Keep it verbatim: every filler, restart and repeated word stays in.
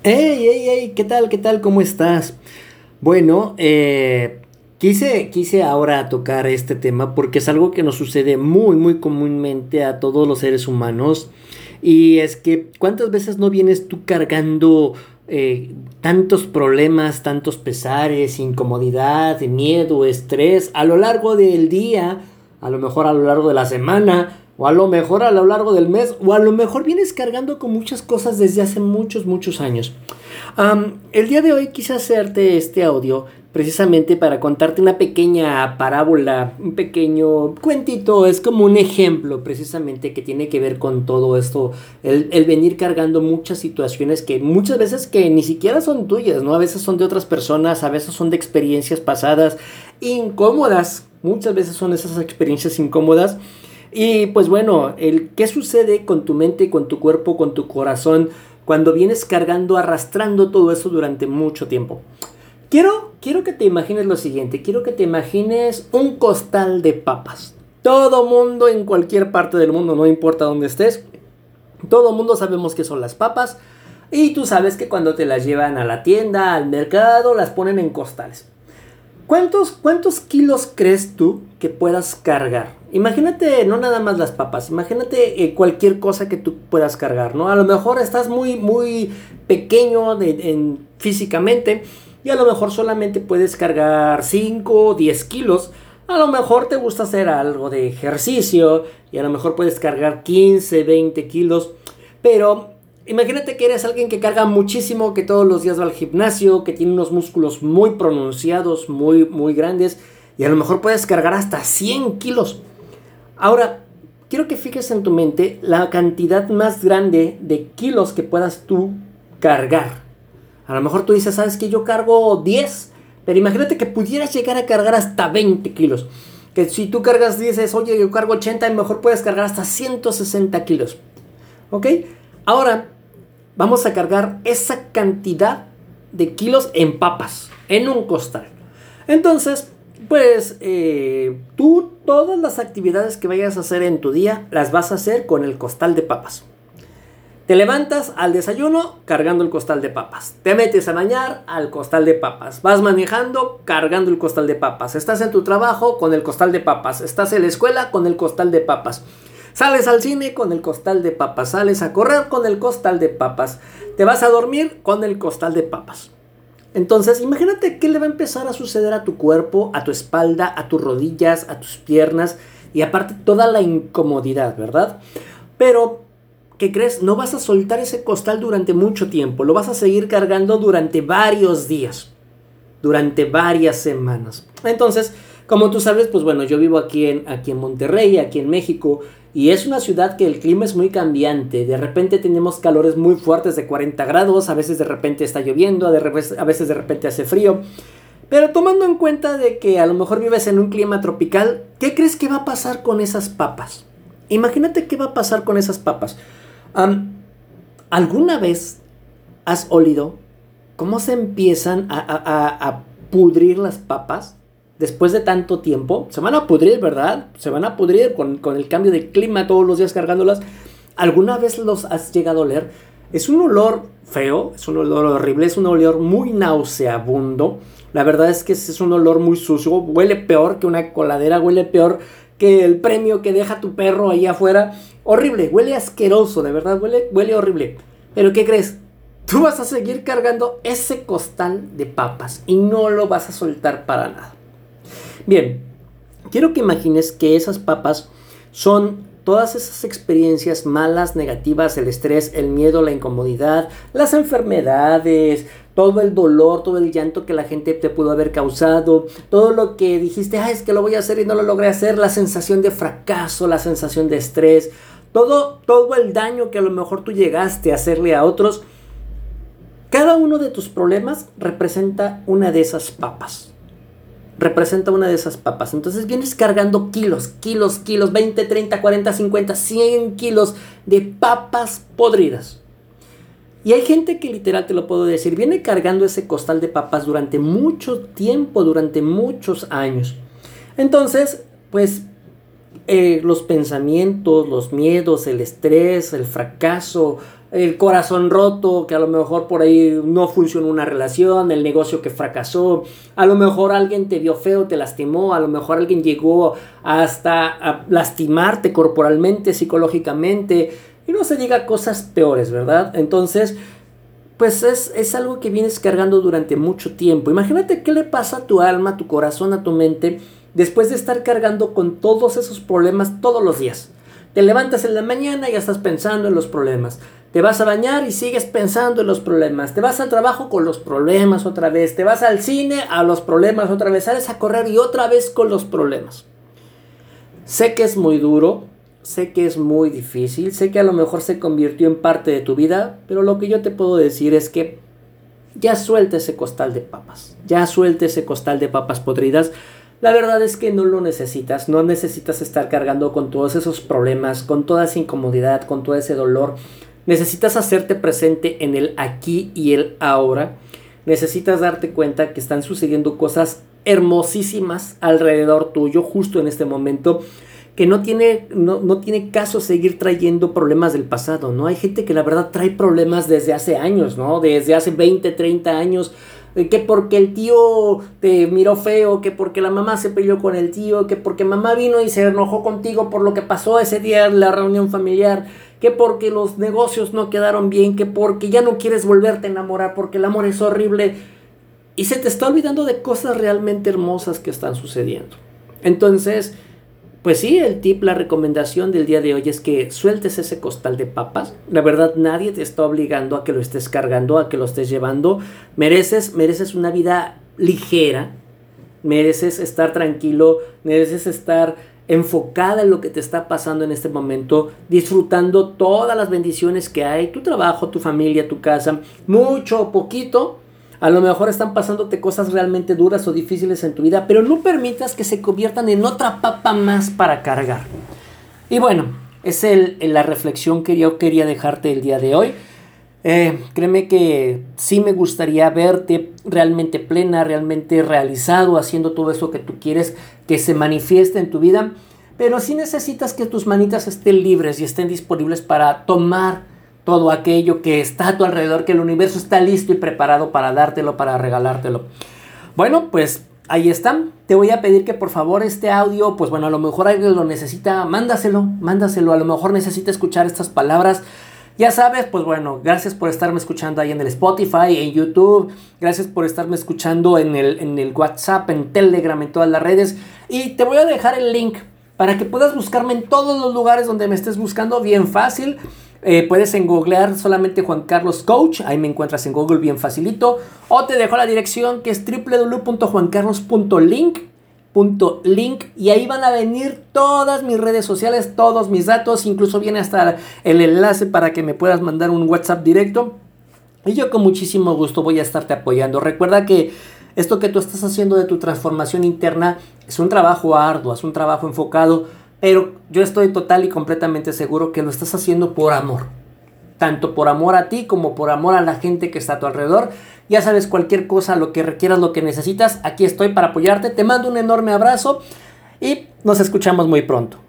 Hey, hey, hey, ¿qué tal? ¿Qué tal? ¿Cómo estás? Bueno, eh, quise, quise ahora tocar este tema porque es algo que nos sucede muy, muy comúnmente a todos los seres humanos. Y es que, ¿cuántas veces no vienes tú cargando eh, tantos problemas, tantos pesares, incomodidad, miedo, estrés a lo largo del día, a lo mejor a lo largo de la semana? O a lo mejor a lo largo del mes, o a lo mejor vienes cargando con muchas cosas desde hace muchos, muchos años. Am, el día de hoy quise hacerte este audio precisamente para contarte una pequeña parábola, un pequeño cuentito, es como un ejemplo precisamente que tiene que ver con todo esto, el, el venir cargando muchas situaciones que muchas veces que ni siquiera son tuyas, ¿no? A veces son de otras personas, a veces son de experiencias pasadas, incómodas, muchas veces son esas experiencias incómodas. Y pues bueno, el qué sucede con tu mente, con tu cuerpo, con tu corazón cuando vienes cargando, arrastrando todo eso durante mucho tiempo. Quiero, quiero que te imagines lo siguiente, quiero que te imagines un costal de papas. Todo mundo en cualquier parte del mundo, no importa dónde estés, todo mundo sabemos qué son las papas y tú sabes que cuando te las llevan a la tienda, al mercado, las ponen en costales. ¿Cuántos, ¿Cuántos kilos crees tú que puedas cargar? Imagínate, no nada más las papas, imagínate eh, cualquier cosa que tú puedas cargar, ¿no? A lo mejor estás muy, muy pequeño de, en, físicamente y a lo mejor solamente puedes cargar cinco o diez kilos. A lo mejor te gusta hacer algo de ejercicio y a lo mejor puedes cargar quince, veinte kilos, pero imagínate que eres alguien que carga muchísimo, que todos los días va al gimnasio, que tiene unos músculos muy pronunciados, muy, muy grandes, y a lo mejor puedes cargar hasta cien kilos. Ahora, quiero que fijes en tu mente la cantidad más grande de kilos que puedas tú cargar. A lo mejor tú dices, ¿sabes qué? Yo cargo diez, pero imagínate que pudieras llegar a cargar hasta veinte kilos. Que si tú cargas dices, oye, yo cargo ochenta, a lo mejor puedes cargar hasta ciento sesenta kilos. ¿Ok? Ahora, vamos a cargar esa cantidad de kilos en papas, en un costal. Entonces, pues eh, tú todas las actividades que vayas a hacer en tu día las vas a hacer con el costal de papas. Te levantas al desayuno cargando el costal de papas. Te metes a bañar al costal de papas. Vas manejando cargando el costal de papas. Estás en tu trabajo con el costal de papas. Estás en la escuela con el costal de papas. Sales al cine con el costal de papas. Sales a correr con el costal de papas. Te vas a dormir con el costal de papas. Entonces, imagínate qué le va a empezar a suceder a tu cuerpo, a tu espalda, a tus rodillas, a tus piernas y aparte toda la incomodidad, ¿verdad? Pero, ¿qué crees? No vas a soltar ese costal durante mucho tiempo. Lo vas a seguir cargando durante varios días, durante varias semanas. Entonces, como tú sabes, pues bueno, yo vivo aquí en, aquí en Monterrey, aquí en México, y es una ciudad que el clima es muy cambiante. De repente tenemos calores muy fuertes de cuarenta grados, a veces de repente está lloviendo, a veces de repente hace frío. Pero tomando en cuenta de que a lo mejor vives en un clima tropical, ¿qué crees que va a pasar con esas papas? Imagínate qué va a pasar con esas papas. Um, ¿Alguna vez has olido cómo se empiezan a, a, a, a pudrir las papas? Después de tanto tiempo, se van a pudrir, ¿verdad? Se van a pudrir con, con el cambio de clima todos los días cargándolas. ¿Alguna vez los has llegado a oler? Es un olor feo, es un olor horrible, es un olor muy nauseabundo. La verdad es que es un olor muy sucio, huele peor que una coladera, huele peor que el premio que deja tu perro ahí afuera. Horrible, huele asqueroso, de verdad, huele, huele horrible. Pero ¿qué crees? Tú vas a seguir cargando ese costal de papas y no lo vas a soltar para nada. Bien, quiero que imagines que esas papas son todas esas experiencias malas, negativas, el estrés, el miedo, la incomodidad, las enfermedades, todo el dolor, todo el llanto que la gente te pudo haber causado, todo lo que dijiste, ah, es que lo voy a hacer y no lo logré hacer, la sensación de fracaso, la sensación de estrés, todo, todo el daño que a lo mejor tú llegaste a hacerle a otros. Cada uno de tus problemas representa una de esas papas. Representa una de esas papas. Entonces vienes cargando kilos, kilos, kilos, veinte, treinta, cuarenta, cincuenta, cien kilos de papas podridas. Y hay gente que literal, te lo puedo decir, viene cargando ese costal de papas durante mucho tiempo, durante muchos años. Entonces, pues eh, los pensamientos, los miedos, el estrés, el fracaso, el corazón roto, que a lo mejor por ahí no funcionó una relación, el negocio que fracasó, a lo mejor alguien te vio feo, te lastimó, a lo mejor alguien llegó hasta a lastimarte corporalmente, psicológicamente, y no se diga cosas peores, ¿verdad? Entonces, pues es, es algo que vienes cargando durante mucho tiempo. Imagínate qué le pasa a tu alma, a tu corazón, a tu mente, después de estar cargando con todos esos problemas todos los días. Te levantas en la mañana y ya estás pensando en los problemas. Te vas a bañar y sigues pensando en los problemas. Te vas al trabajo con los problemas otra vez. Te vas al cine a los problemas otra vez. Sales a correr y otra vez con los problemas. Sé que es muy duro. Sé que es muy difícil. Sé que a lo mejor se convirtió en parte de tu vida. Pero lo que yo te puedo decir es que ya suelta ese costal de papas. Ya suelta ese costal de papas podridas. La verdad es que no lo necesitas, no necesitas estar cargando con todos esos problemas, con toda esa incomodidad, con todo ese dolor. Necesitas hacerte presente en el aquí y el ahora. Necesitas darte cuenta que están sucediendo cosas hermosísimas alrededor tuyo, justo en este momento, que no tiene, no, no tiene caso seguir trayendo problemas del pasado, ¿no? Hay gente que la verdad trae problemas desde hace años, ¿no? Desde hace veinte, treinta años, que porque el tío te miró feo, que porque la mamá se peleó con el tío, que porque mamá vino y se enojó contigo por lo que pasó ese día en la reunión familiar, que porque los negocios no quedaron bien, que porque ya no quieres volverte a enamorar porque el amor es horrible, y se te está olvidando de cosas realmente hermosas que están sucediendo. Entonces, pues sí, el tip, la recomendación del día de hoy es que sueltes ese costal de papas. La verdad, nadie te está obligando a que lo estés cargando, a que lo estés llevando. Mereces, mereces una vida ligera, mereces estar tranquilo, mereces estar enfocada en lo que te está pasando en este momento, disfrutando todas las bendiciones que hay, tu trabajo, tu familia, tu casa, mucho o poquito. A lo mejor están pasándote cosas realmente duras o difíciles en tu vida, pero no permitas que se conviertan en otra papa más para cargar. Y bueno, es el, la reflexión que yo quería dejarte el día de hoy. Eh, créeme que sí me gustaría verte realmente plena, realmente realizado, haciendo todo eso que tú quieres que se manifieste en tu vida, pero sí necesitas que tus manitas estén libres y estén disponibles para tomar todo aquello que está a tu alrededor, que el universo está listo y preparado para dártelo, para regalártelo. Bueno, pues ahí están. Te voy a pedir que por favor este audio, pues bueno, a lo mejor alguien lo necesita, mándaselo, mándaselo. A lo mejor necesita escuchar estas palabras. Ya sabes, pues bueno, gracias por estarme escuchando ahí en el Spotify, en YouTube. Gracias por estarme escuchando en el, en el WhatsApp, en Telegram, en todas las redes. Y te voy a dejar el link para que puedas buscarme en todos los lugares donde me estés buscando, bien fácil. Eh, puedes en googlear solamente Juan Carlos Coach, ahí me encuentras en Google bien facilito, o te dejo la dirección que es doble u doble u doble u punto juan carlos punto link y ahí van a venir todas mis redes sociales, todos mis datos, incluso viene hasta el enlace para que me puedas mandar un WhatsApp directo y yo con muchísimo gusto voy a estarte apoyando. Recuerda que esto que tú estás haciendo de tu transformación interna es un trabajo arduo, es un trabajo enfocado, pero yo estoy total y completamente seguro que lo estás haciendo por amor. Tanto por amor a ti como por amor a la gente que está a tu alrededor. Ya sabes, cualquier cosa, lo que requieras, lo que necesitas, aquí estoy para apoyarte. Te mando un enorme abrazo y nos escuchamos muy pronto.